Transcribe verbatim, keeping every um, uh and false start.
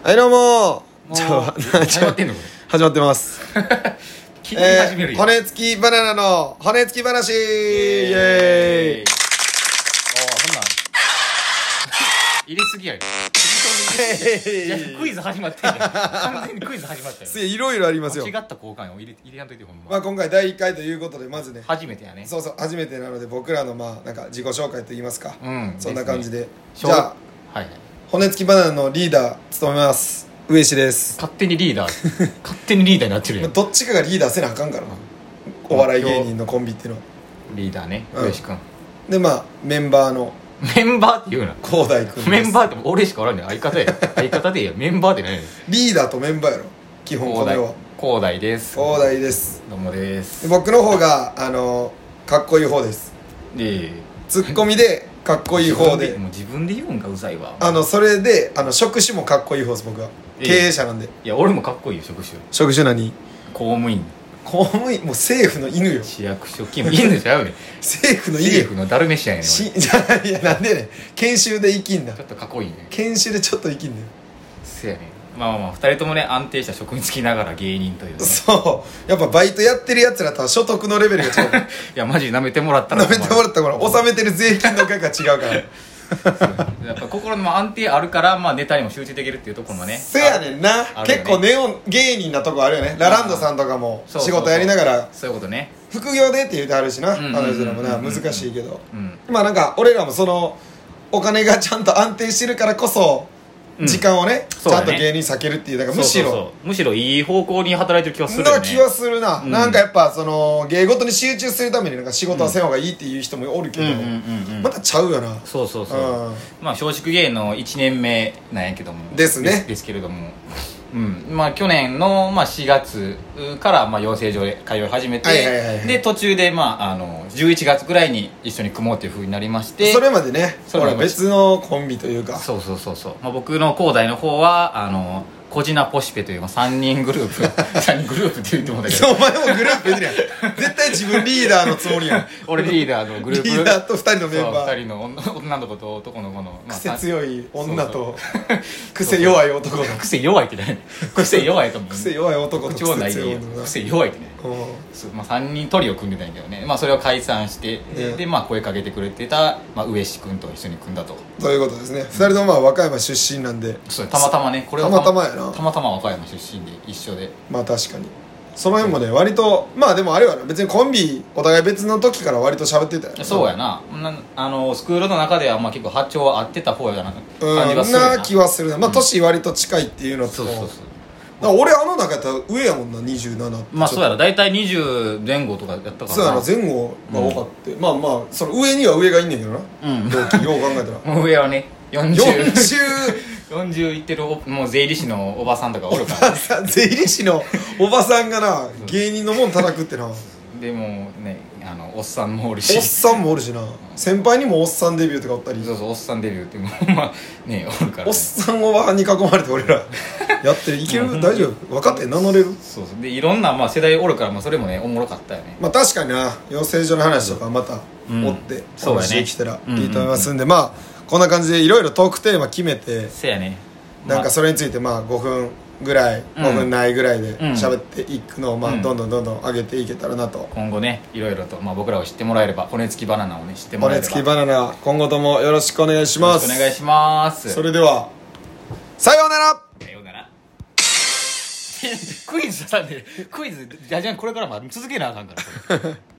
はいどうももうちょ始まってんのこれ始まってます気に始めるえー、 よ、 骨付きバナナの骨付き話イエーイああそんなん入れすぎやよいやクイズ始まってんじゃん完全にクイズ始まったよすげえいろいろありますよ。 間違った交換を入れ入れやんといてほんま、 まあ今回だいいっかいということでまずね初めてやねそうそう初めてなので僕らのまあなんか自己紹介といいますか、 うんそんな感じで、 ですねじゃあはいはい骨付きバナナのリーダー務めます上石です。 勝手にリーダー勝手にリーダーになってるやんどっちかがリーダーせなあかんからな、お笑い芸人のコンビっていうのは。 リーダーねうん上石君でまあメンバーのメンバーって言うな広大君です。 メンバーって俺しかおらんねん相方や相方でいいよメンバーって何やねんリーダーとメンバーやろ基本この世は。 広大です広大です。 どうもですで僕の方があのかっこいい方です。 でツッコミでかっこいい方でもう自分で言うんかうざいわあのそれであの職種もかっこいい方です僕は。 ええ経営者なんで。 いや俺もかっこいいよ職種職種何？ 公務員公務員もう政府の犬よ。 市役所勤務いいんでちゃうねん政府の犬政府のダルメシアやねんし俺じゃあいやなんでね研修で生きんだちょっとかっこいいね研修でちょっと生きんだよ。 せやねんまあまあまあふたりともね安定した職に就きながら芸人というねそうやっぱバイトやってるやつらとは所得のレベルが違ういやマジ舐めてもらったら舐めてもらったから納めてる税金の額が違うからやっぱ心の安定あるからまあネタにも集中できるっていうところもねせやねんな、 あるよね結構ネオン芸人なとこあるよね。ラランドさんとかもそうそうそう仕事やりながらそういうことね副業でって言うてはるしな、あうんうんうんうんの人らもな難しいけど、 うんまあなんか俺らもそのお金がちゃんと安定してるからこそうん時間をね、ちそうだねゃんと芸人避けるっていうだからむしろそうそうそうむしろいい方向に働いてる気はするよねな気はするな、 うんなんかやっぱその芸事に集中するためになんか仕事はせん方がいいっていう人もおるけど、 うんうんうんうんまたちゃうよな。 そうそうそう、 うんまあ松竹芸のいちねんめなんやけどもですねですですけれどもうんまあ去年の、まあ、しがつから、まあ、養成所で通い始めて、 はいはいはいはいで途中で、まあ、あのじゅういちがつぐらいに一緒に組もうというふうになりましてそれまでねほらそれまで別のコンビというかそうそうそうそう、まあ、僕の高大の方はあのコジナポシペという、まあ、さんにんグループさんにんグループって言ってもだけどお前もグループいるやん絶対自分リーダーのつもりやん俺リーダーのグループリーダーとふたりのメンバーそうふたりの女女の子と男の子の、まあ、 癖強い女とそう癖弱い男の癖弱いってね癖弱いと思う癖弱い男と口調ない癖でいいよ強い女癖弱いってねうんそう、まあ、さんにんトリオ組んでたんやけどね、まあ、それを解散してで,、 うんでまあ、声かけてくれてた、まあ、上石君と一緒に組んだとということですね。ふたりともまあ和歌山出身なんでそうたまたまねこれはたまたまやなたまたま和歌山出身で一緒でまあ確かにその辺もね割とまあでもあれはな別にコンビお互い別の時から割と喋ってたよね。 そうやななあのスクールの中ではまあ結構波長は合ってた方やなうん感じはするよな気はするな。まあ年割と近いっていうのと、 そうそうそうだから俺あの中やったら上やもんなにじゅうななってまあそうやろ大体にじゅう前後とかやったからそうやな前後が多かって、まあまあその上には上がいんねんけどなうん同期よう考えたらもう上はねよんじゅうよんじゅうよんじゅういってるおもう税理士のおばさんとかおるから、ね、 税理士のおばさんがな芸人のもん叩くってなおっでもねあのおっさんもおるしさんもおるしな先輩にもおっさんデビューとかおったりそうそうおっさんデビューってもうまあねおるから、ね、 おっさんおばはんに囲まれて俺らやってるいける大丈夫分かって名乗れる。 そうそうでいろんなまあ世代おるから、まあ、それもねおもろかったよねまあ確かにな養成所の話とかまたうん追ってそうやねお話できたらいいと思いますんで、まあこんな感じでいろいろトークテーマ決めてせやねなんかそれについてまあごふんぐらいうんごふんないぐらいでん喋っていくのをまあうんどんどんどんどん上げていけたらなと。 今後ねいろいろと、まあ、僕らを知ってもらえれば骨付きバナナをね知ってもらえれば骨付きバナナ今後ともよろしくお願いします。 よろしくお願いしますそれではさようなら。 さようならクイズさんでクイズじゃじゃんこれからも続けなあかんからこれ